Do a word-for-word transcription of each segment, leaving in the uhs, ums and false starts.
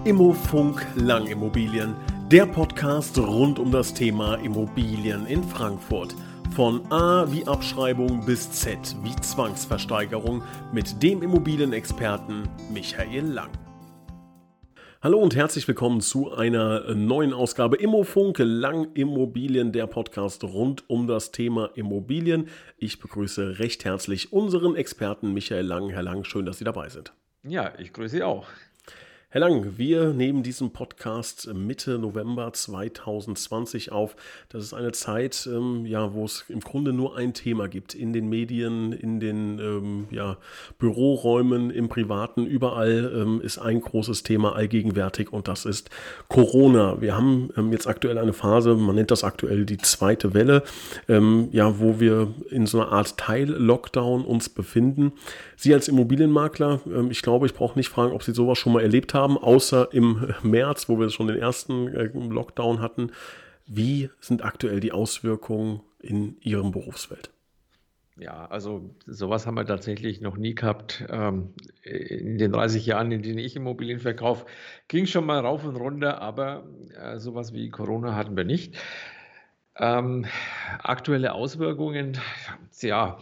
Immofunk Langimmobilien, der Podcast rund um das Thema Immobilien in Frankfurt. Von A wie Abschreibung bis Z wie Zwangsversteigerung mit dem Immobilienexperten Michael Lang. Hallo und herzlich willkommen zu einer neuen Ausgabe Immofunk Langimmobilien, der Podcast rund um das Thema Immobilien. Ich begrüße recht herzlich unseren Experten Michael Lang. Herr Lang, schön, dass Sie dabei sind. Ja, ich grüße Sie auch. Herr Lang, wir nehmen diesen Podcast Mitte November zwanzig zwanzig auf. Das ist eine Zeit, ähm, ja, wo es im Grunde nur ein Thema gibt. In den Medien, in den ähm, ja, Büroräumen, im Privaten, überall ähm, ist ein großes Thema allgegenwärtig und das ist Corona. Wir haben ähm, jetzt aktuell eine Phase, man nennt das aktuell die zweite Welle, ähm, ja, wo wir in so einer Art Teil-Lockdown uns befinden. Sie als Immobilienmakler, ähm, ich glaube, ich brauche nicht fragen, ob Sie sowas schon mal erlebt haben. Außer im März, wo wir schon den ersten Lockdown hatten. Wie sind aktuell die Auswirkungen in Ihrem Berufsfeld? Ja, also sowas haben wir tatsächlich noch nie gehabt. In den dreißig Jahren, in denen ich Immobilien verkaufe, ging schon mal rauf und runter, aber sowas wie Corona hatten wir nicht. Ähm, aktuelle Auswirkungen, ja,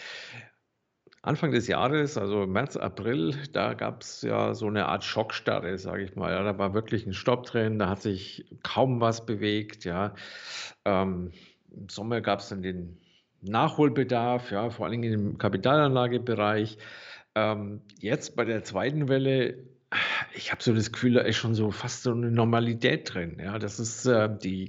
Anfang des Jahres, also März, April, da gab es ja so eine Art Schockstarre, sage ich mal. Ja, da war wirklich ein Stopp drin, da hat sich kaum was bewegt. Ja. Ähm, Im Sommer gab es dann den Nachholbedarf, ja, vor allen Dingen im Kapitalanlagebereich. Ähm, jetzt bei der zweiten Welle, ich habe so das Gefühl, da ist schon so fast so eine Normalität drin. Ja. Das ist äh, die,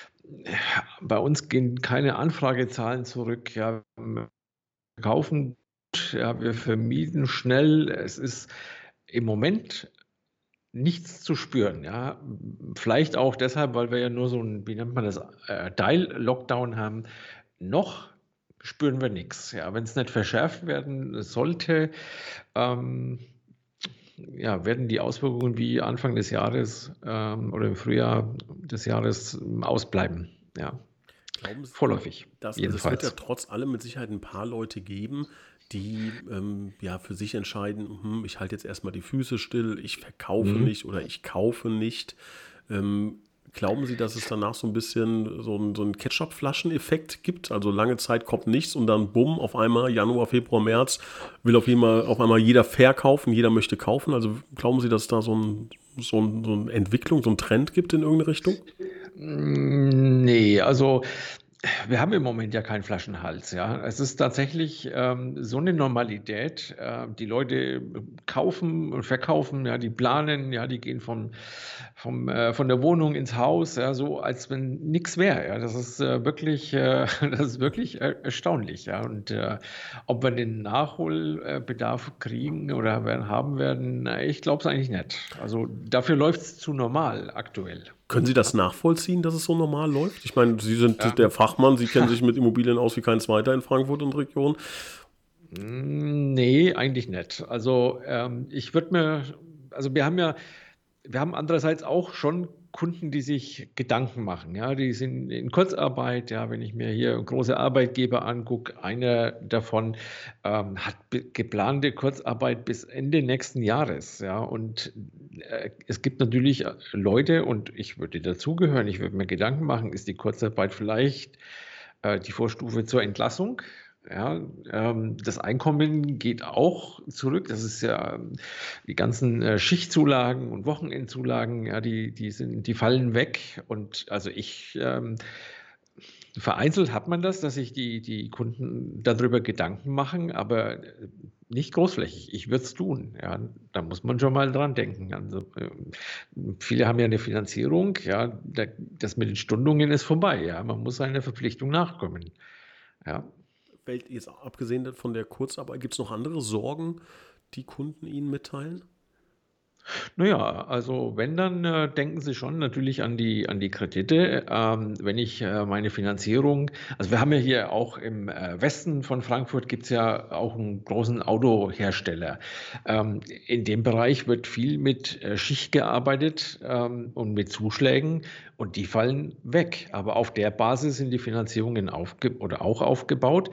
bei uns gehen keine Anfragezahlen zurück. Ja. Wir kaufen. Ja, wir vermieden schnell. Es ist im Moment nichts zu spüren. Ja. Vielleicht auch deshalb, weil wir ja nur so ein, wie nennt man das, äh, Teil-Lockdown haben. Noch spüren wir nichts. Ja. Wenn es nicht verschärft werden sollte, ähm, ja, werden die Auswirkungen wie Anfang des Jahres ähm, oder im Frühjahr des Jahres ausbleiben. Ja. Glauben Sie, Vorläufig. dass, also jedenfalls. Es wird ja trotz allem mit Sicherheit ein paar Leute geben, die ähm, ja für sich entscheiden, hm, ich halte jetzt erstmal die Füße still, ich verkaufe Mhm. nicht oder ich kaufe nicht. Ähm, glauben Sie, dass es danach so ein bisschen so ein, so einen Ketchup-Flaschen-Effekt gibt? Also lange Zeit kommt nichts und dann bumm, auf einmal Januar, Februar, März will auf einmal, auf einmal jeder verkaufen, jeder möchte kaufen. Also glauben Sie, dass es da so, ein, so, ein, so eine Entwicklung, so einen Trend gibt in irgendeine Richtung? Nee, also wir haben im Moment ja keinen Flaschenhals, ja. Es ist tatsächlich ähm, so eine Normalität. Äh, die Leute kaufen und verkaufen, ja, die planen, ja, die gehen vom, vom, äh, von der Wohnung ins Haus, ja, so als wenn nichts wäre. Ja. Das ist äh, wirklich, äh, das ist wirklich er erstaunlich, ja. Und äh, ob wir den Nachholbedarf kriegen oder werden, haben werden, na, ich glaube es eigentlich nicht. Also dafür läuft es zu normal aktuell. Können Sie das nachvollziehen, dass es so normal läuft? Ich meine, Sie sind Ja. der Fachmann, Sie kennen sich mit Immobilien aus wie kein zweiter in Frankfurt und Region. Nee, eigentlich nicht. Also ähm, ich würde mir, also wir haben ja, wir haben andererseits auch schon Kunden, die sich Gedanken machen. Ja, die sind in Kurzarbeit. Ja, wenn ich mir hier große Arbeitgeber angucke, einer davon ähm, hat be- geplante Kurzarbeit bis Ende nächsten Jahres. Ja, und äh, es gibt natürlich Leute, und ich würde dazugehören, ich würde mir Gedanken machen, ist die Kurzarbeit vielleicht äh, die Vorstufe zur Entlassung? Ja, ähm, das Einkommen geht auch zurück. Das ist ja ähm, die ganzen äh, Schichtzulagen und Wochenendzulagen, ja, die, die sind, die fallen weg. Und also ich ähm, vereinzelt hat man das, dass sich die, die Kunden darüber Gedanken machen, aber äh, nicht großflächig. Ich würde es tun. Ja, da muss man schon mal dran denken. Also, ähm, viele haben ja eine Finanzierung, ja, da, das mit den Stundungen ist vorbei. Ja, man muss seiner Verpflichtung nachkommen. Ja. Fällt jetzt abgesehen von der Kurzarbeit, gibt es noch andere Sorgen, die Kunden Ihnen mitteilen? Naja, also wenn, dann äh, denken Sie schon natürlich an die, an die Kredite. Ähm, wenn ich äh, meine Finanzierung, also wir haben ja hier auch im äh, Westen von Frankfurt gibt es ja auch einen großen Autohersteller. Ähm, in dem Bereich wird viel mit äh, Schicht gearbeitet ähm, und mit Zuschlägen und die fallen weg. Aber auf der Basis sind die Finanzierungen aufge oder auch aufgebaut.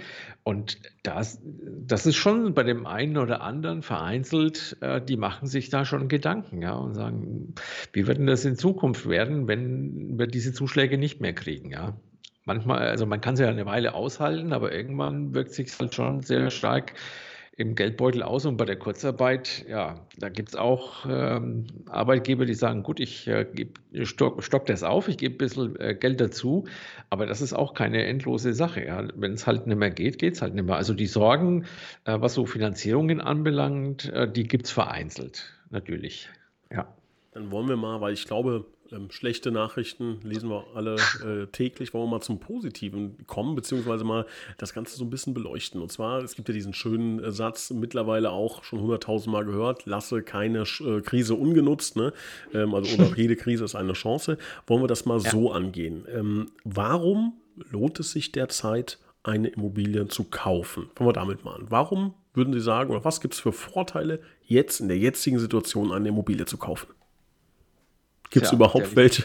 Und das, das ist schon bei dem einen oder anderen vereinzelt, äh, die machen sich da schon Gedanken, ja, und sagen, wie wird denn das in Zukunft werden, wenn wir diese Zuschläge nicht mehr kriegen, ja. Manchmal, also man kann es ja eine Weile aushalten, aber irgendwann wirkt sich halt schon sehr stark im Geldbeutel aus. Und bei der Kurzarbeit, ja, da gibt es auch ähm, Arbeitgeber, die sagen, gut, ich äh, geb, stock, stock das auf, ich gebe ein bisschen äh, Geld dazu, aber das ist auch keine endlose Sache. Ja. Wenn es halt nicht mehr geht, geht es halt nicht mehr. Also die Sorgen, äh, was so Finanzierungen anbelangt, äh, die gibt es vereinzelt, natürlich. Ja. Dann wollen wir mal, weil ich glaube, ähm, schlechte Nachrichten lesen wir alle äh, täglich, wollen wir mal zum Positiven kommen, beziehungsweise mal das Ganze so ein bisschen beleuchten. Und zwar, es gibt ja diesen schönen äh, Satz, mittlerweile auch schon hunderttausend Mal gehört, lasse keine äh, Krise ungenutzt, ne? Ähm, also oder jede Krise ist eine Chance. Wollen wir das mal Ja. so angehen? Ähm, warum lohnt es sich derzeit, eine Immobilie zu kaufen? Fangen wir damit mal an. Warum würden Sie sagen, oder was gibt es für Vorteile, jetzt in der jetzigen Situation eine Immobilie zu kaufen? Gibt es Tja, überhaupt der welche?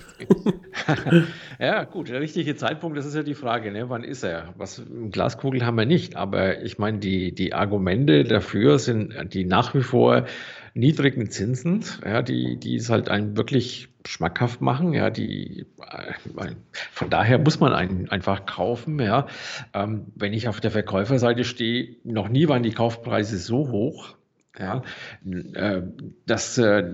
Ja, gut, der richtige Zeitpunkt, das ist ja die Frage, ne? Wann ist er? Was, Glaskugel haben wir nicht, aber ich meine, die, die Argumente dafür sind die nach wie vor niedrigen Zinsen, ja, die, die es halt einem wirklich schmackhaft machen, ja, die, äh, von daher muss man einen einfach kaufen, ja. Ähm, wenn ich auf der Verkäuferseite stehe, noch nie waren die Kaufpreise so hoch. Ja, äh, das, äh,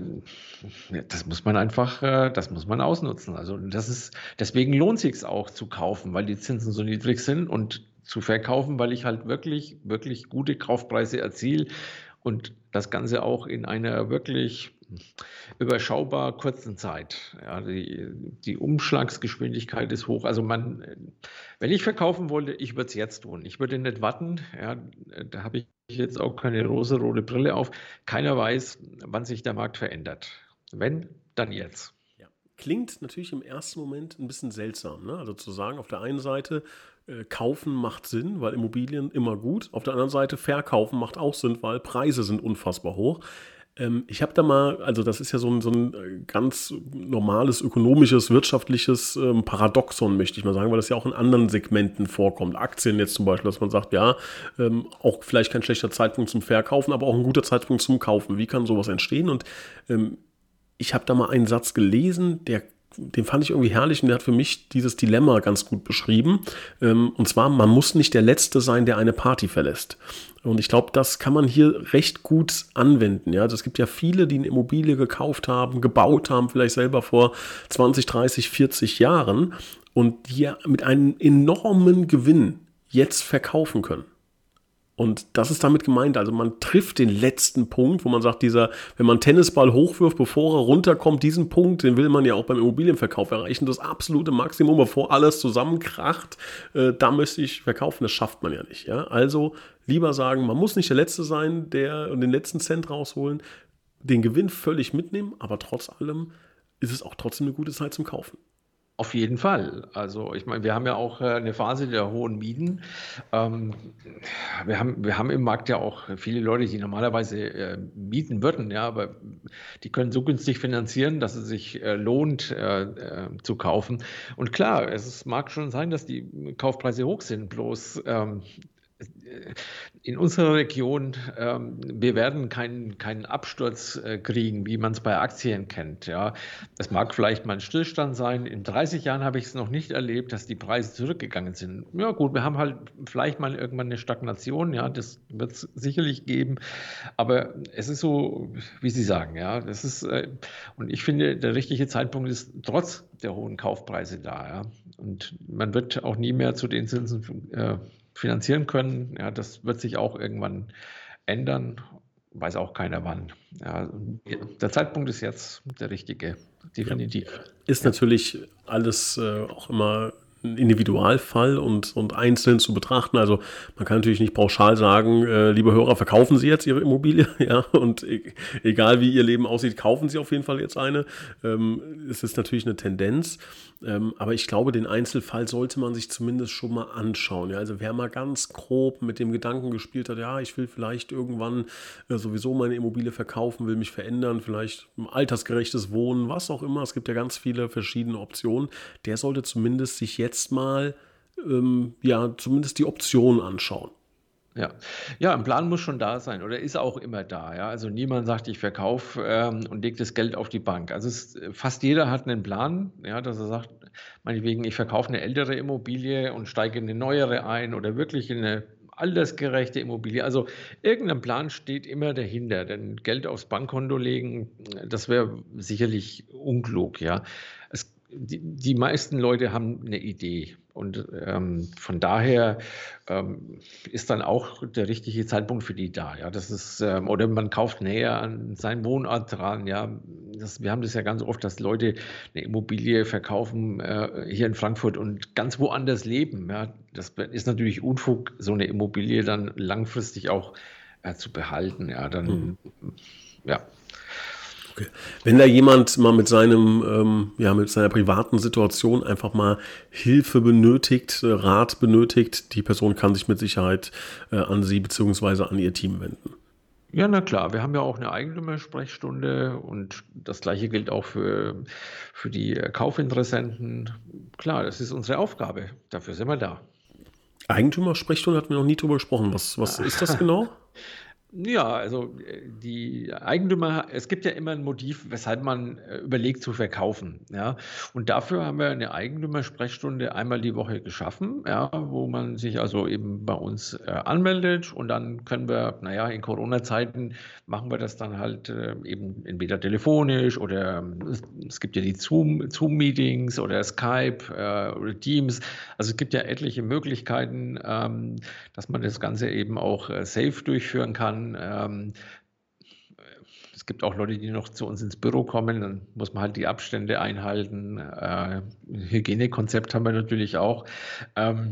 das muss man einfach, äh, das muss man ausnutzen. Also das ist, deswegen lohnt sich auch zu kaufen, weil die Zinsen so niedrig sind, und zu verkaufen, weil ich halt wirklich, wirklich gute Kaufpreise erziele und das Ganze auch in einer wirklich überschaubar kurzen Zeit. Ja, die, die Umschlagsgeschwindigkeit ist hoch. Also man, wenn ich verkaufen wollte, ich würde es jetzt tun. Ich würde nicht warten. Ja, da habe ich jetzt auch keine rosarote Brille auf. Keiner weiß, wann sich der Markt verändert. Wenn, dann jetzt. Ja. Klingt natürlich im ersten Moment ein bisschen seltsam, ne? Also zu sagen, auf der einen Seite, äh, kaufen macht Sinn, weil Immobilien immer gut. Auf der anderen Seite, verkaufen macht auch Sinn, weil Preise sind unfassbar hoch. Ähm, ich habe da mal, also das ist ja so ein, so ein äh, ganz normales ökonomisches, wirtschaftliches ähm, Paradoxon, möchte ich mal sagen, weil das ja auch in anderen Segmenten vorkommt. Aktien jetzt zum Beispiel, dass man sagt, ja, ähm, auch vielleicht kein schlechter Zeitpunkt zum Verkaufen, aber auch ein guter Zeitpunkt zum Kaufen. Wie kann sowas entstehen? Und ähm, ich habe da mal einen Satz gelesen, der, den fand ich irgendwie herrlich, und der hat für mich dieses Dilemma ganz gut beschrieben. Ähm, und zwar, man muss nicht der Letzte sein, der eine Party verlässt. Und ich glaube, das kann man hier recht gut anwenden. Ja? Also es gibt ja viele, die eine Immobilie gekauft haben, gebaut haben, vielleicht selber vor zwanzig, dreißig, vierzig Jahren, und die ja mit einem enormen Gewinn jetzt verkaufen können. Und das ist damit gemeint, also man trifft den letzten Punkt, wo man sagt, dieser, wenn man einen Tennisball hochwirft, bevor er runterkommt, diesen Punkt, den will man ja auch beim Immobilienverkauf erreichen, das absolute Maximum, bevor alles zusammenkracht, äh, da möchte ich verkaufen, das schafft man ja nicht. Ja? Also lieber sagen, man muss nicht der Letzte sein, der den letzten Cent rausholen, den Gewinn völlig mitnehmen, aber trotz allem ist es auch trotzdem eine gute Zeit zum Kaufen. Auf jeden Fall. Also ich meine, wir haben ja auch äh, eine Phase der hohen Mieten. Ähm, wir haben, wir haben im Markt ja auch viele Leute, die normalerweise äh, mieten würden, ja, aber die können so günstig finanzieren, dass es sich äh, lohnt äh, äh, zu kaufen. Und klar, es ist, mag schon sein, dass die Kaufpreise hoch sind, bloß ähm, in unserer Region, ähm, wir werden keinen, keinen Absturz äh, kriegen, wie man es bei Aktien kennt. Ja. Es mag vielleicht mal ein Stillstand sein. In dreißig Jahren habe ich es noch nicht erlebt, dass die Preise zurückgegangen sind. Ja gut, wir haben halt vielleicht mal irgendwann eine Stagnation, ja, das wird es sicherlich geben. Aber es ist so, wie Sie sagen, ja, das ist, äh, und ich finde, der richtige Zeitpunkt ist trotz der hohen Kaufpreise da. Ja. Und man wird auch nie mehr zu den Zinsen äh, finanzieren können. Ja, das wird sich auch irgendwann ändern. Weiß auch keiner wann. Ja, der Zeitpunkt ist jetzt der richtige, definitiv. Ist Ja. natürlich alles äh, auch immer ein Individualfall und, und einzeln zu betrachten. Also man kann natürlich nicht pauschal sagen, äh, liebe Hörer, verkaufen Sie jetzt Ihre Immobilie, ja, und e- egal wie Ihr Leben aussieht, kaufen Sie auf jeden Fall jetzt eine. Ähm, es ist natürlich eine Tendenz, ähm, aber ich glaube, den Einzelfall sollte man sich zumindest schon mal anschauen. Ja. Also wer mal ganz grob mit dem Gedanken gespielt hat, ja, ich will vielleicht irgendwann äh, sowieso meine Immobilie verkaufen, will mich verändern, vielleicht ein altersgerechtes Wohnen, was auch immer. Es gibt ja ganz viele verschiedene Optionen. Der sollte zumindest sich jetzt mal ähm, ja, zumindest die Option anschauen. Ja. Ja, 'n Plan muss schon da sein oder ist auch immer da, ja. Also, niemand sagt: „Ich verkaufe, ähm, und lege das Geld auf die Bank.“ Also, es fast jeder hat 'nen Plan, ja, dass er sagt, meinetwegen, ich verkaufe 'ne ältere Immobilie und steige in 'ne neuere ein oder wirklich in 'ne altersgerechte Immobilie. Also, irgend 'n Plan steht immer dahinter, denn Geld aufs Bankkonto legen, das wäre sicherlich unklug, ja. Es die die meisten Leute haben 'ne Idee und, ähm, von daher, ähm, ist dann auch der richtige Zeitpunkt für die da, ja. Das ist, ähm oder man kauft näher an seinen Wohnort dran, ja. Das wir haben das ja ganz oft, dass Leute 'ne Immobilie verkaufen, äh, hier in Frankfurt und ganz woanders leben, ja. Das b ist natürlich Unfug, so 'ne Immobilie dann langfristig auch, äh, zu behalten, ja. Mhm. Dann ja. Okay. Wenn da jemand mal mit seinem, ähm ja, mit seiner privaten Situation einfach mal Hilfe benötigt, äh, Rat benötigt, die Person kann sich mit Sicherheit, äh, an Sie beziehungsweise an Ihr Team wenden. Ja, na klar, wir haben ja auch 'ne Eigentümersprechstunde und das Gleiche gilt auch für für die, äh, Kaufinteressenten. Klar, das ist unsere Aufgabe. Dafür sind wir da. Eigentümersprechstunde hatten wir noch nie drüber gesprochen. Was was ist das genau? Ja, also, äh, die Eigentümer es gibt ja immer 'n Motiv, weshalb man, äh, überlegt zu verkaufen, ja? Und dafür haben wir 'ne Eigentümersprechstunde einmal die Woche geschaffen, ja, wo man sich also eben bei uns, äh, anmeldet und dann können wir na ja, in Corona-Zeiten machen wir das dann halt, äh, eben entweder telefonisch oder es es gibt ja die Zoom Zoom-Meetings oder Skype, äh, oder Teams. Also, es gibt ja etliche Möglichkeiten, ähm, dass man das Ganze eben auch, äh, safe durchführen kann. Ähm, äh, es gibt auch Leute, die noch zu uns ins Büro kommen, dann muss man halt die Abstände einhalten. Äh, Hygienekonzept haben wir natürlich auch. Ähm,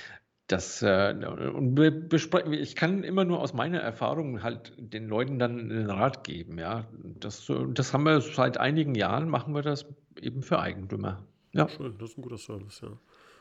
das, äh und wir bespre ich kann immer nur aus meiner Erfahrung halt den Leuten dann 'nen Rat geben, ja. Das, äh das haben wir seit einigen Jahren machen wir das eben für Eigentümer. Ja. Schön, das ist 'n guter Service, ja.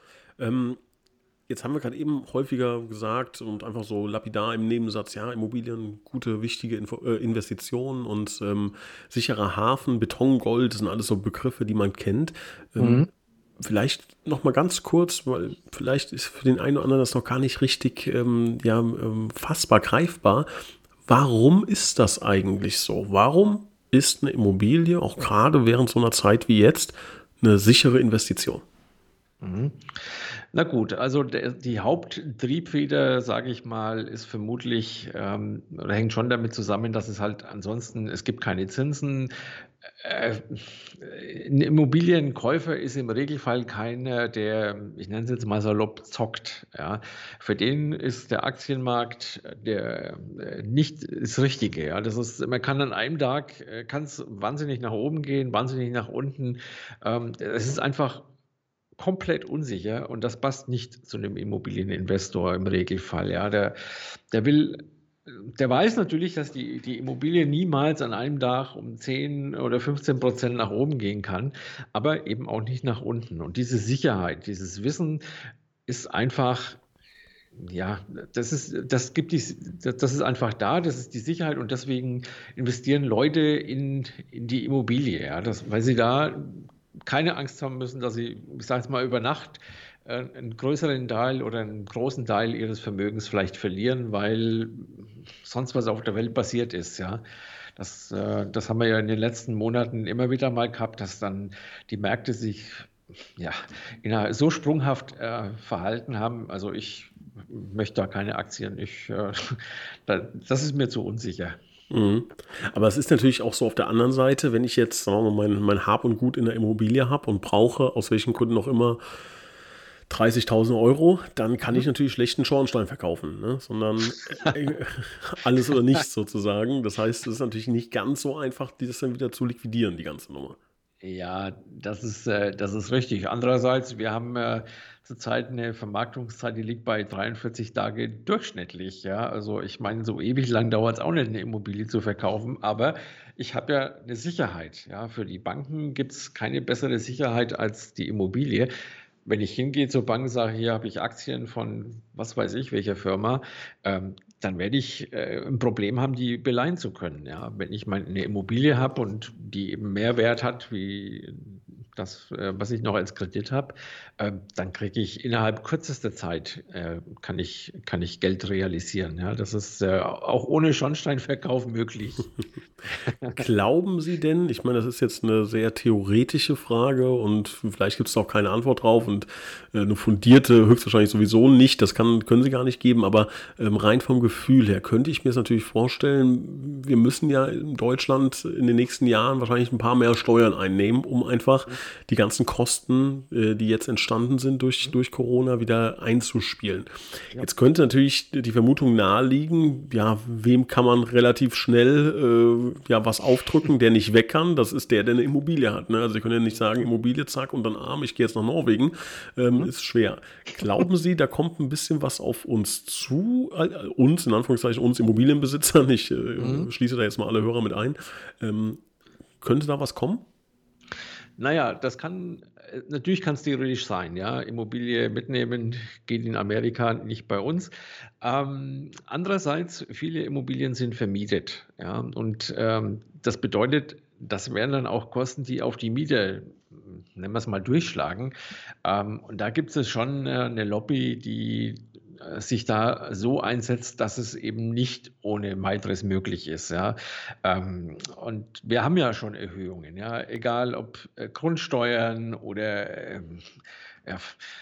Ähm, jetzt haben wir grad eben häufiger gesagt und einfach so lapidar im Nebensatz: „Ja, Immobilien, gute, wichtige Info äh, Investition und, ähm, sicherer Hafen, Betongold“, das sind alles so Begriffe, die man kennt. Ähm, Mhm. vielleicht noch mal ganz kurz, weil vielleicht ist für den einen oder anderen das noch gar nicht richtig, ähm, ja, ähm, fassbar, greifbar. Warum ist das eigentlich so? Warum ist 'ne Immobilie, auch grade während so 'ner Zeit wie jetzt, 'ne sichere Investition? Mhm. Na gut, also der die Haupttriebfeder, sage ich mal, ist vermutlich, ähm oder hängt schon damit zusammen, dass es halt ansonsten es gibt keine Zinsen. Äh, 'n Immobilienkäufer ist im Regelfall keiner, der, ich nenne es jetzt mal salopp, zockt, ja? Für den ist der Aktienmarkt der, äh, nicht das Richtige, ja? Das ist man kann an einem Tag, äh, kann's wahnsinnig nach oben gehen, wahnsinnig nach unten. Ähm, es ist einfach komplett unsicher und das passt nicht zu 'nem Immobilieninvestor im Regelfall, ja? Der der will der weiß natürlich, dass die die Immobilie niemals an einem Tag um zehn oder fünfzehn Prozent nach oben gehen kann, aber eben auch nicht nach unten. Und diese Sicherheit, dieses Wissen ist einfach ja, das ist das gibt dies das ist einfach da, das ist die Sicherheit und deswegen investieren Leute in in die Immobilie, ja, das weil sie da keine Angst haben müssen, dass sie, ich sage jetzt mal, über Nacht, äh, 'n größeren Teil oder 'n großen Teil ihres Vermögens vielleicht verlieren, weil sonst was auf der Welt passiert ist, ja. Das äh, das haben wir ja in den letzten Monaten immer wieder mal gehabt, dass dann die Märkte sich, ja, ja, so sprunghaft, äh, verhalten haben. Also, ich möchte da keine Aktien. Ich, äh da das ist mir zu unsicher. Mhm. Aber es ist natürlich auch so auf der anderen Seite, wenn ich jetzt, sagen wir mal, mein mein Hab und Gut in der Immobilie habe und brauche, aus welchen Gründen auch immer dreißigtausend Euro, dann kann ich Mhm. natürlich schlecht 'n Schornstein verkaufen, ne? Sondern, äh, alles oder nichts sozusagen. Das heißt, es ist natürlich nicht ganz so einfach, dieses dann wieder zu liquidieren, die ganze Nummer. Ja, das ist äh, das ist richtig. Andererseits, wir haben, äh, zurzeit 'ne Vermarktungszeit, die liegt bei dreiundvierzig Tage durchschnittlich, ja? Also, ich meine, so ewig lang dauert's auch nicht, 'ne Immobilie zu verkaufen, aber ich habe ja 'ne Sicherheit, ja? Für die Banken gibt's keine bessere Sicherheit als die Immobilie. Wenn ich hingehe zur Bank und sage: „Hier habe ich Aktien von was weiß ich welcher Firma“, ähm, dann werde ich, äh, 'n Problem haben, die beleihen zu können, ja? Wenn ich meine 'ne Immobilie habe und die eben mehr Wert hat wie das, äh, was ich noch als Kredit habe, äh, dann kriege ich innerhalb kürzester Zeit, äh, kann ich, kann ich Geld realisieren. Ja, das ist äh, auch ohne Schornsteinverkauf möglich. Glauben Sie denn, ich meine, das ist jetzt eine sehr theoretische Frage und vielleicht gibt es auch keine Antwort drauf und äh, eine fundierte höchstwahrscheinlich sowieso nicht, das kann, können Sie gar nicht geben, aber ähm, rein vom Gefühl her könnte ich mir es natürlich vorstellen, wir müssen ja in Deutschland in den nächsten Jahren wahrscheinlich ein paar mehr Steuern einnehmen, um einfach die ganzen Kosten, äh, die jetzt entstanden sind durch, durch Corona, wieder einzuspielen. Ja. Jetzt könnte natürlich die Vermutung naheliegen, ja, wem kann man relativ schnell äh, ja, was aufdrücken, der nicht weg kann, das ist der, der eine Immobilie hat. Ne? Also Sie können ja nicht sagen, Immobilie, zack, und dann arm, ich gehe jetzt nach Norwegen. Ähm, ist schwer. Glauben Sie, da kommt ein bisschen was auf uns zu, äh, uns, in Anführungszeichen, uns Immobilienbesitzern, ich äh, Mhm. schließe da jetzt mal alle Hörer mit ein, ähm, könnte da was kommen? Naja, das kann, äh, natürlich kann es theoretisch sein, ja. Immobilie mitnehmen geht in Amerika, nicht bei uns. Ähm, andererseits, viele Immobilien sind vermietet, ja. Und ähm, das bedeutet, das wären dann auch Kosten, die auf die Mieter, nennen wir es mal, durchschlagen. Ähm, und da gibt es schon äh, eine Lobby, die äh, sich da so einsetzt, dass es eben nicht ohne weiteres möglich ist. Ja. Ähm, und wir haben ja schon Erhöhungen, ja, egal ob äh, Grundsteuern oder ähm, ja,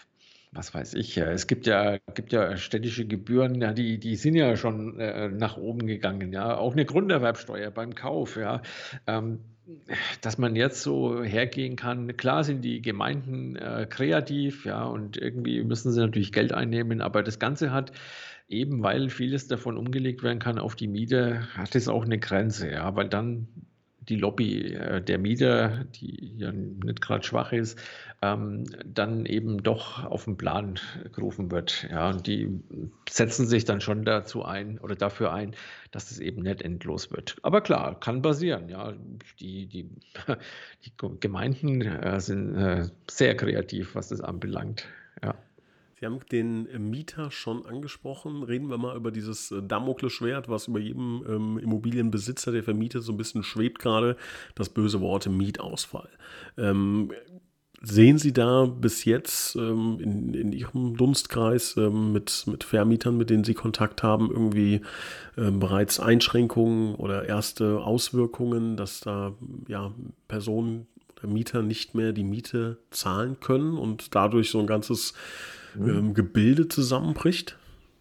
was weiß ich, ja, es gibt ja, gibt ja städtische Gebühren, ja, die, die sind ja schon äh, nach oben gegangen, ja, auch eine Grunderwerbsteuer beim Kauf, ja. Ähm, dass man jetzt so hergehen kann, klar sind die Gemeinden äh, kreativ, ja, und irgendwie müssen sie natürlich Geld einnehmen, aber das Ganze hat eben, weil vieles davon umgelegt werden kann auf die Miete, hat es auch eine Grenze, ja, weil dann die Lobby äh, der Mieter, die ja nicht gerade schwach ist, ähm, dann eben doch auf den Plan gerufen wird. Ja, und die setzen sich dann schon dazu ein oder dafür ein, dass es eben nicht endlos wird. Aber klar, kann passieren. Ja, die, die, die Gemeinden äh, sind äh, sehr kreativ, was das anbelangt. Ja. Sie haben den Mieter schon angesprochen. Reden wir mal über dieses äh, Damoklesschwert, was über jedem ähm, Immobilienbesitzer, der vermietet, so ein bisschen schwebt gerade, das böse Wort Mietausfall. Ähm, Sehen Sie da bis jetzt ähm, in, in Ihrem Dunstkreis ähm, mit, mit Vermietern, mit denen Sie Kontakt haben, irgendwie ähm, bereits Einschränkungen oder erste Auswirkungen, dass da ja, Personen oder Mieter nicht mehr die Miete zahlen können und dadurch so ein ganzes Mhm. ähm, Gebilde zusammenbricht?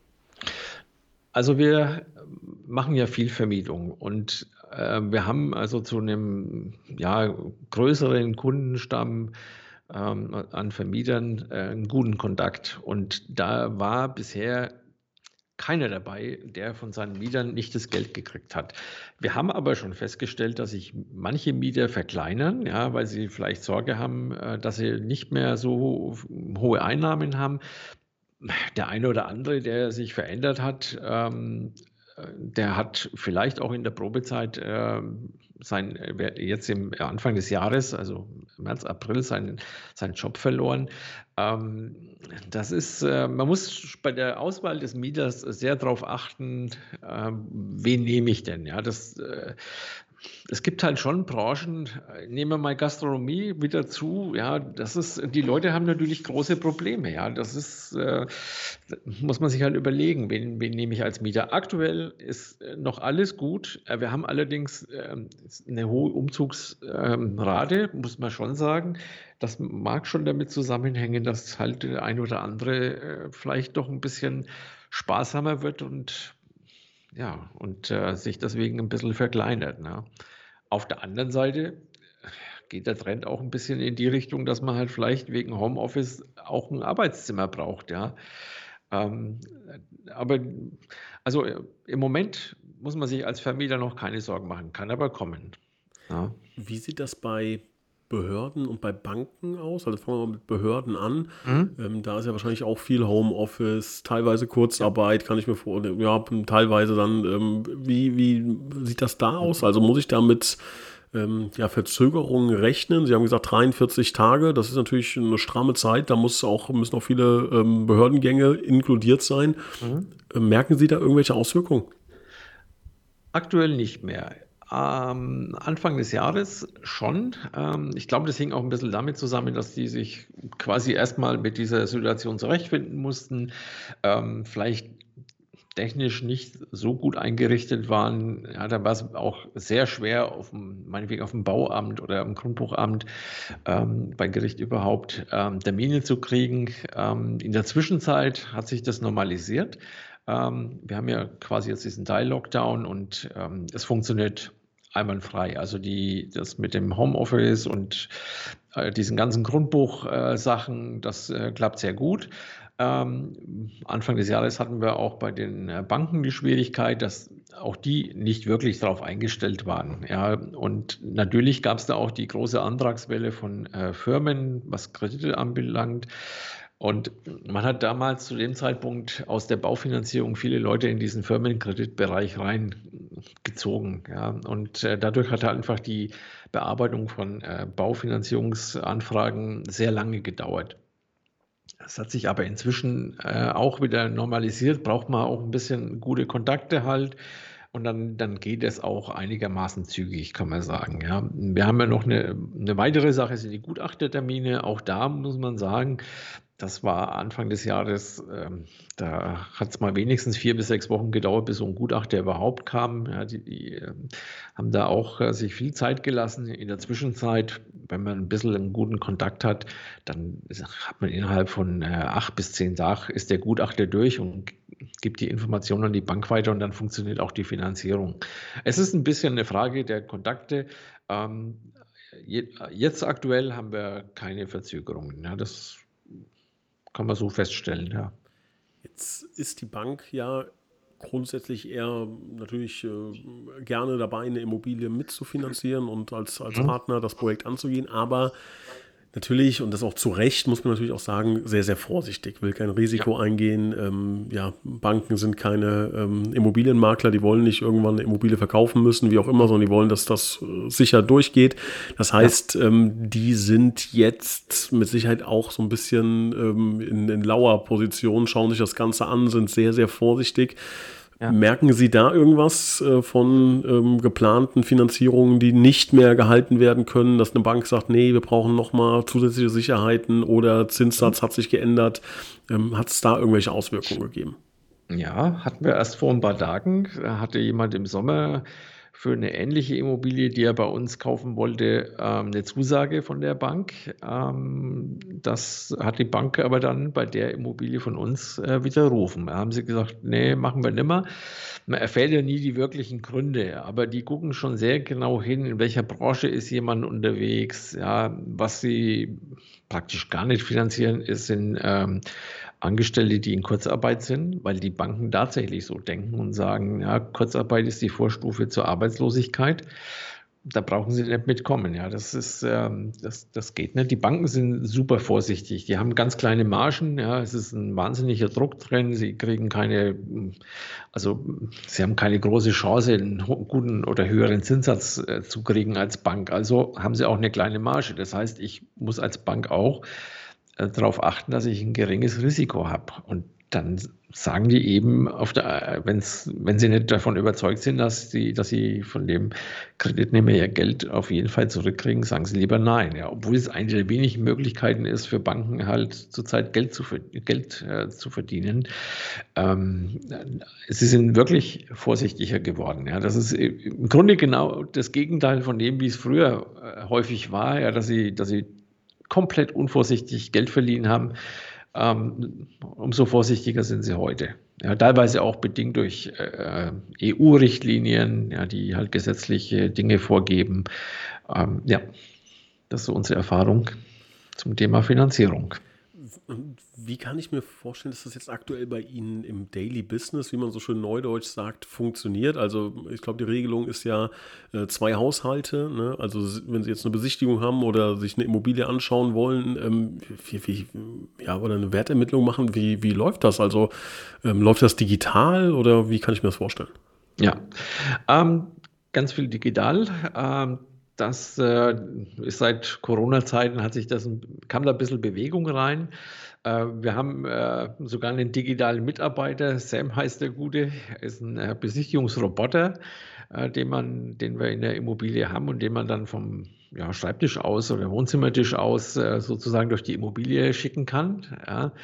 Also wir machen ja viel Vermietung und äh, wir haben also zu einem ja, größeren Kundenstamm ähm, an Vermietern äh, einen guten Kontakt. Und da war bisher keiner dabei, der von seinen Mietern nicht das Geld gekriegt hat. Wir haben aber schon festgestellt, dass sich manche Mieter verkleinern, ja, weil sie vielleicht Sorge haben, äh, dass sie nicht mehr so hohe Einnahmen haben. Der eine oder andere, der sich verändert hat, ähm, äh, der hat vielleicht auch in der Probezeit ähm, sein, äh, jetzt im Anfang des Jahres, also März, April, seinen, seinen Job verloren. Ähm, das ist, äh, man muss bei der Auswahl des Mieters sehr darauf achten, ähm, wen nehme ich denn? Ja, das, äh, es gibt halt schon Branchen, äh, nehmen wir mal Gastronomie mit dazu, ja, das ist, die Leute haben natürlich große Probleme, ja, das ist, äh, muss man sich halt überlegen, wen, wen nehme ich als Mieter. Aktuell ist äh, noch alles gut, äh, wir haben allerdings ähm, eine hohe Umzugsrate, muss man schon sagen. Das mag schon damit zusammenhängen, dass halt der ein oder andere äh, vielleicht doch ein bisschen sparsamer wird und ja, und äh, sich deswegen ein bisschen verkleinert, ne? Auf der anderen Seite geht der Trend auch ein bisschen in die Richtung, dass man halt vielleicht wegen Homeoffice auch ein Arbeitszimmer braucht, ja. Ähm, aber also äh, im Moment muss man sich als Vermieter noch keine Sorgen machen, kann aber kommen. Ja. Wie sieht das bei Behörden und bei Banken aus? Also fangen wir mal mit Behörden an. Mhm. Ähm, da ist ja wahrscheinlich auch viel Homeoffice, teilweise Ja. Kurzarbeit, kann ich mir vorstellen. Ja, teilweise dann, ähm, wie, wie sieht das da aus? Also muss ich da mit ähm, ja, Verzögerungen rechnen? Sie haben gesagt dreiundvierzig Tage, das ist natürlich eine stramme Zeit, da muss auch, müssen auch viele ähm, Behördengänge inkludiert sein. Mhm. Ähm, merken Sie da irgendwelche Auswirkungen? Aktuell nicht mehr. Ähm, Anfang des Jahres schon. Ähm, ich glaube, das hing auch ein bisschen damit zusammen, dass die sich quasi erstmal mit dieser Situation zurechtfinden mussten, ähm, vielleicht technisch nicht so gut eingerichtet waren. Ja, da war es auch sehr schwer, auf dem, meinetwegen auf dem Bauamt oder im Grundbuchamt, ähm, bei Gericht überhaupt ähm, Termine zu kriegen. Ähm, in der Zwischenzeit hat sich das normalisiert. Ähm, wir haben ja quasi jetzt diesen Teil-Lockdown und ähm, es funktioniert einwandfrei. Also die, das mit dem Homeoffice und äh, diesen ganzen Grundbuchsachen, äh, das äh, klappt sehr gut. Ähm, Anfang des Jahres hatten wir auch bei den äh, Banken die Schwierigkeit, dass auch die nicht wirklich darauf eingestellt waren. Ja, und natürlich gab es da auch die große Antragswelle von äh, Firmen, was Kredite anbelangt. Und man hat damals zu dem Zeitpunkt aus der Baufinanzierung viele Leute in diesen Firmenkreditbereich reingezogen. Ja. Und äh, dadurch hat einfach die Bearbeitung von äh, Baufinanzierungsanfragen sehr lange gedauert. Das hat sich aber inzwischen äh, auch wieder normalisiert, braucht man auch ein bisschen gute Kontakte halt. Und dann, dann geht es auch einigermaßen zügig, kann man sagen. Ja. Wir haben ja noch eine, eine weitere Sache, sind die Gutachtertermine. Auch da muss man sagen, das war Anfang des Jahres, ähm, da hat es mal wenigstens vier bis sechs Wochen gedauert, bis so ein Gutachter überhaupt kam. Ja, die die ähm, haben da auch äh, sich viel Zeit gelassen. In der Zwischenzeit, wenn man ein bisschen einen guten Kontakt hat, dann hat man innerhalb von äh, acht bis zehn Tagen ist der Gutachter durch und gibt die Informationen an die Bank weiter und dann funktioniert auch die Finanzierung. Es ist ein bisschen eine Frage der Kontakte. Ähm, je, jetzt aktuell haben wir keine Verzögerungen. Ja, das kann man so feststellen, ja. Jetzt ist die Bank ja grundsätzlich eher natürlich äh, gerne dabei, eine Immobilie mitzufinanzieren und als, als Mhm. Partner das Projekt anzugehen, aber natürlich, und das auch zu Recht, muss man natürlich auch sagen, sehr, sehr vorsichtig, will kein Ja, Risiko eingehen. Ähm, ja, Banken sind keine ähm, Immobilienmakler, die wollen nicht irgendwann eine Immobilie verkaufen müssen, wie auch immer, sondern die wollen, dass das äh, sicher durchgeht. Das ja, heißt, ähm, die sind jetzt mit Sicherheit auch so ein bisschen ähm, in, in lauer Position, schauen sich das Ganze an, sind sehr, sehr vorsichtig. ja. Merken Sie da irgendwas äh, von ähm, geplanten Finanzierungen, die nicht mehr gehalten werden können, dass eine Bank sagt, nee, wir brauchen nochmal zusätzliche Sicherheiten oder Mhm. Zinssatz hat sich geändert? Ähm, hat es da irgendwelche Auswirkungen gegeben? Ja, hatten wir erst vor ein paar Tagen. Da hatte jemand im Sommer für eine ähnliche Immobilie, die er bei uns kaufen wollte, ähm, eine Zusage von der Bank. Ähm, das hat die Bank aber dann bei der Immobilie von uns äh, widerrufen. Da haben sie gesagt, nee, machen wir nimmer. Man erfährt ja nie die wirklichen Gründe, aber die gucken schon sehr genau hin, in welcher Branche ist jemand unterwegs. Ja, was sie praktisch gar nicht finanzieren, ist sind ähm, Angestellte, die in Kurzarbeit sind, weil die Banken tatsächlich so denken und sagen, ja, Kurzarbeit ist die Vorstufe zur Arbeitslosigkeit. Da brauchen Sie nicht mitkommen. Ja, das ist, ähm, das, das geht nicht. Die Banken sind super vorsichtig. Die haben ganz kleine Margen. Ja, es ist ein wahnsinniger Druck drin. Sie kriegen keine, also sie haben keine große Chance, einen ho- guten oder höheren Zinssatz äh, zu kriegen als Bank. Also haben sie auch eine kleine Marge. Das heißt, ich muss als Bank auch äh, darauf achten, dass ich ein geringes Risiko habe. Und dann sagen die eben, auf der, äh, wenn's, wenn sie nicht davon überzeugt sind, dass, die, dass sie von dem Kreditnehmer ihr Geld auf jeden Fall zurückkriegen, sagen sie lieber nein. Ja, obwohl es eine der wenigen Möglichkeiten ist, für Banken halt zurzeit Geld zu, Geld, äh, zu verdienen. Ähm, Sie sind wirklich vorsichtiger geworden. Ja, das ist im Grunde genau das Gegenteil von dem, wie es früher äh, häufig war, ja, dass sie, dass sie komplett unvorsichtig Geld verliehen haben. Ähm, umso vorsichtiger sind sie heute. Ja, teilweise auch bedingt durch äh, E U-Richtlinien, ja, die halt gesetzliche Dinge vorgeben. Ähm, ja, das ist so unsere Erfahrung zum Thema Finanzierung. Wie kann ich mir vorstellen, dass das jetzt aktuell bei Ihnen im Daily Business, wie man so schön neudeutsch sagt, funktioniert? Also ich glaube, die Regelung ist ja äh, zwei Haushalte. Ne? Also wenn Sie jetzt eine Besichtigung haben oder sich eine Immobilie anschauen wollen, ähm, wie, wie, ja, oder eine Wertermittlung machen, wie, wie läuft das? Also ähm, läuft das digital oder wie kann ich mir das vorstellen? Ja, ähm, ganz viel digital. Ähm, das äh, ist seit Corona-Zeiten hat sich das, ein- kam da ein bisschen Bewegung rein. Äh, wir haben äh, sogar einen digitalen Mitarbeiter, Sam heißt der Gute, ist ein äh, Besichtigungsroboter. äh, den man den wir in der Immobilie haben und den man dann vom, ja, Schreibtisch aus oder Wohnzimmertisch aus, äh, sozusagen durch die Immobilie schicken kann, ja.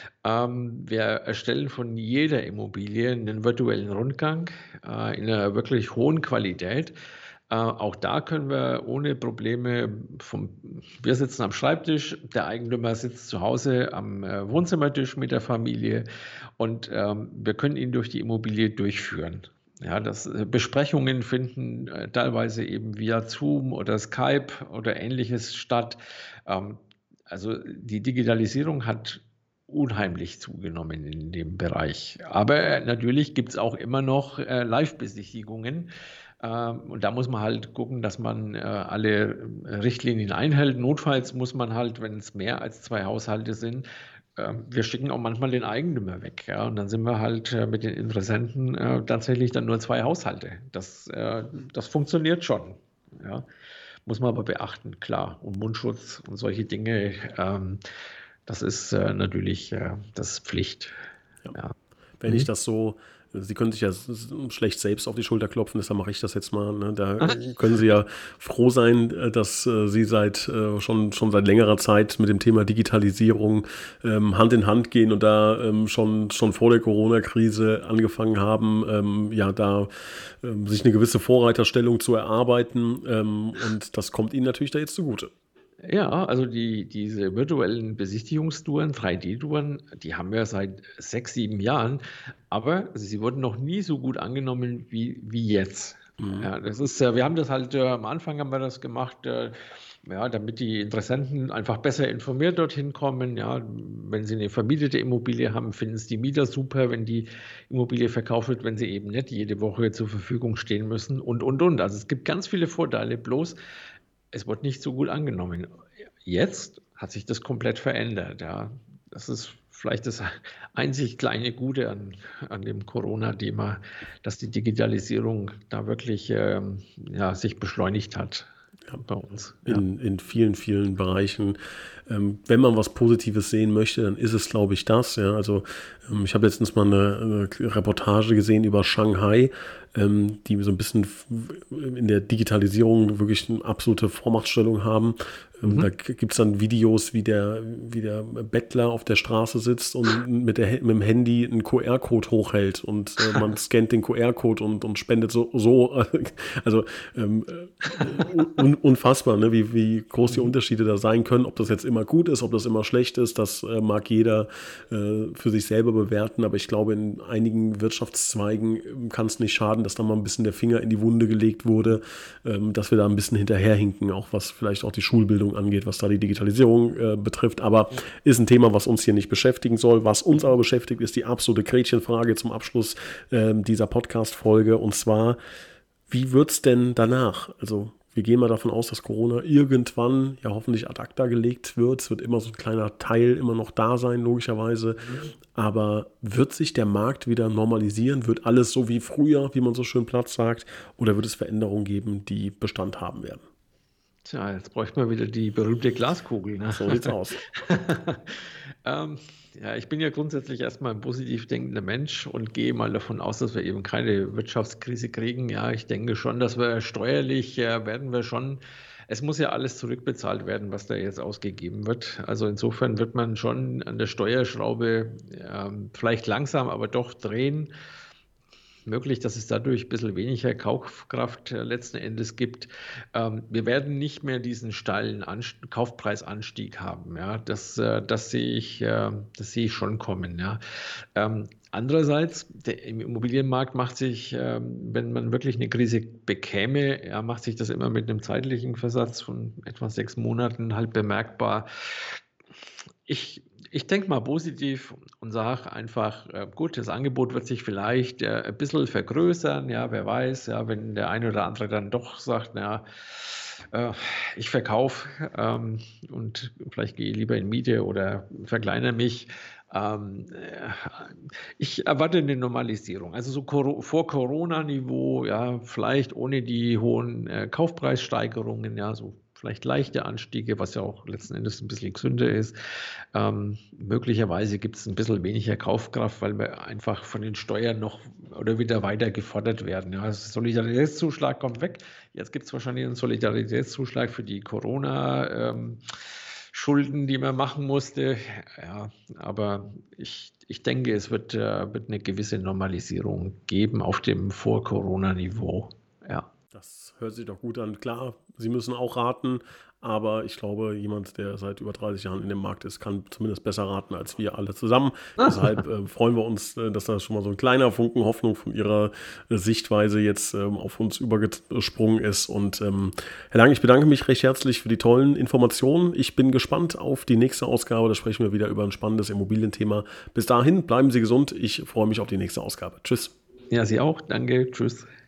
Ähm, wir erstellen von jeder Immobilie einen virtuellen Rundgang, äh, in einer wirklich hohen Qualität. Äh, auch da können wir ohne Probleme vom wir sitzen am Schreibtisch, der Eigentümer sitzt zu Hause am, äh, Wohnzimmertisch mit der Familie und, ähm, wir können ihn durch die Immobilie durchführen. Ja, das äh, Besprechungen finden, äh, teilweise eben via Zoom oder Skype oder Ähnliches statt. Ähm, also, die Digitalisierung hat unheimlich zugenommen in dem Bereich. Aber äh, natürlich gibt's auch immer noch, äh, Live-Besichtigungen. Ähm, und da muss man halt gucken, dass man, äh, alle äh, Richtlinien einhält. Notfalls muss man halt, wenn es mehr als zwei Haushalte sind, ähm, wir schicken auch manchmal den Eigentümer weg, ja, und dann sind wir halt, äh, mit den Interessenten, äh, tatsächlich dann nur zwei Haushalte. Das, äh, das funktioniert schon, ja. Muss man aber beachten, klar. Und Mundschutz und solche Dinge, ähm, das ist, äh, natürlich, äh, das ist Pflicht, Ja. ja. Wenn ich Mhm. das so, Sie können sich ja s- s- schlecht selbst auf die Schulter klopfen, deshalb mache ich das jetzt mal. Ne? Da äh, können Sie ja froh sein, äh, dass äh, Sie seit äh, schon, schon seit längerer Zeit mit dem Thema Digitalisierung ähm, Hand in Hand gehen und da ähm, schon, schon vor der Corona-Krise angefangen haben, ähm, ja, da ähm, sich eine gewisse Vorreiterstellung zu erarbeiten. Ähm, und das kommt Ihnen natürlich da jetzt zugute. Ja, also die diese virtuellen Besichtigungstouren, drei D-Touren, die haben wir seit sechs, sieben Jahren, aber sie wurden noch nie so gut angenommen wie wie jetzt. Mhm. Ja, das ist, äh wir haben das halt, äh am Anfang haben wir das gemacht, äh, ja, damit die Interessenten einfach besser informiert dorthin kommen, ja. Wenn sie eine vermietete Immobilie haben, finden es die Mieter super, wenn die Immobilie verkauft wird, wenn sie eben nicht jede Woche zur Verfügung stehen müssen und, und, und. Also, es gibt ganz viele Vorteile, bloß es wird nicht so gut angenommen. Jetzt hat sich das komplett verändert, ja. Das ist vielleicht das einzig kleine Gute an, an dem Corona-Thema, dass die Digitalisierung da wirklich ähm, ja, sich beschleunigt hat bei uns. Ja. in, in vielen, vielen Bereichen. Ähm, wenn man was Positives sehen möchte, dann ist es, glaube ich, das. Ja. Also ähm, ich habe letztens mal eine, eine Reportage gesehen über Shanghai, ähm, die so ein bisschen f- in der Digitalisierung wirklich eine absolute Vormachtstellung haben. Ähm, da Mhm. gibt es dann Videos, wie der, wie der Bettler auf der Straße sitzt und mit, der, mit dem Handy einen Q R-Code hochhält und äh, man scannt den Q R-Code und, und spendet so, so also ähm, un, unfassbar, ne? wie, wie groß die Mhm. Unterschiede da sein können. Ob das jetzt immer gut ist, ob das immer schlecht ist, das äh, mag jeder äh, für sich selber bewerten. Aber ich glaube, in einigen Wirtschaftszweigen ähm, kann es nicht schaden, dass da mal ein bisschen der Finger in die Wunde gelegt wurde, ähm, dass wir da ein bisschen hinterherhinken, auch was vielleicht auch die Schulbildung angeht, was da die Digitalisierung äh, betrifft. Aber ist ein Thema, was uns hier nicht beschäftigen soll. Was uns aber beschäftigt, ist die absolute Gretchenfrage zum Abschluss äh, dieser Podcast-Folge. Und zwar, wie wird es denn danach? Also wir gehen mal davon aus, dass Corona irgendwann ja hoffentlich ad acta gelegt wird. Es wird immer so ein kleiner Teil immer noch da sein, logischerweise. Mhm. Aber wird sich der Markt wieder normalisieren? Wird alles so wie früher, wie man so schön platt sagt? Oder wird es Veränderungen geben, die Bestand haben werden? Tja, jetzt bräuchte man wieder die berühmte Glaskugel, ne? So sieht's aus. Ähm, ja, ich bin ja grundsätzlich erstmal ein positiv denkender Mensch und gehe mal davon aus, dass wir eben keine Wirtschaftskrise kriegen. Ja, ich denke schon, dass wir steuerlich, äh, werden wir schon es muss ja alles zurückbezahlt werden, was da jetzt ausgegeben wird. Also insofern wird man schon an der Steuerschraube, ähm, vielleicht langsam, aber doch drehen. Möglich, dass es dadurch ein bisschen weniger Kaufkraft äh, letzten Endes gibt. Ähm, wir werden nicht mehr diesen steilen Anst Kaufpreisanstieg haben. Ja, das, äh, das sehe ich, äh, das sehe ich schon kommen. Ja. Ähm, andererseits, der, im Immobilienmarkt macht sich, ähm, wenn man wirklich eine Krise bekäme, ja, macht sich das immer mit einem zeitlichen Versatz von etwa sechs Monaten halt bemerkbar. Ich, ich denke mal positiv und sage einfach, äh, gut, das Angebot wird sich vielleicht äh, ein bisschen vergrößern, ja, wer weiß, ja, wenn der eine oder andere dann doch sagt, na, äh, ich verkaufe ähm, und vielleicht gehe ich lieber in Miete oder verkleinere mich. Ähm, äh, ich erwarte eine Normalisierung, also so Coro- vor Corona-Niveau, ja, vielleicht ohne die hohen äh, Kaufpreissteigerungen, ja, so vielleicht leichte Anstiege, was ja auch letzten Endes ein bisschen gesünder ist. Ähm, möglicherweise gibt es ein bisschen weniger Kaufkraft, weil wir einfach von den Steuern noch oder wieder weiter gefordert werden. Ja, das Solidaritätszuschlag kommt weg. Jetzt gibt es wahrscheinlich einen Solidaritätszuschlag für die Corona- ähm, Schulden, die man machen musste. Ja, aber ich, ich denke, es wird, äh, wird eine gewisse Normalisierung geben auf dem Vor-Corona-Niveau. Ja. Das hört sich doch gut an. Klar, Sie müssen auch raten, aber ich glaube, jemand, der seit über dreißig Jahren in dem Markt ist, kann zumindest besser raten als wir alle zusammen. Deshalb äh, freuen wir uns, äh, dass da schon mal so ein kleiner Funken Hoffnung von Ihrer äh, Sichtweise jetzt ähm, auf uns übergesprungen ist. Und ähm, Herr Lang, ich bedanke mich recht herzlich für die tollen Informationen. Ich bin gespannt auf die nächste Ausgabe. Da sprechen wir wieder über ein spannendes Immobilienthema. Bis dahin, bleiben Sie gesund. Ich freue mich auf die nächste Ausgabe. Tschüss. Ja, Sie auch. Danke. Tschüss.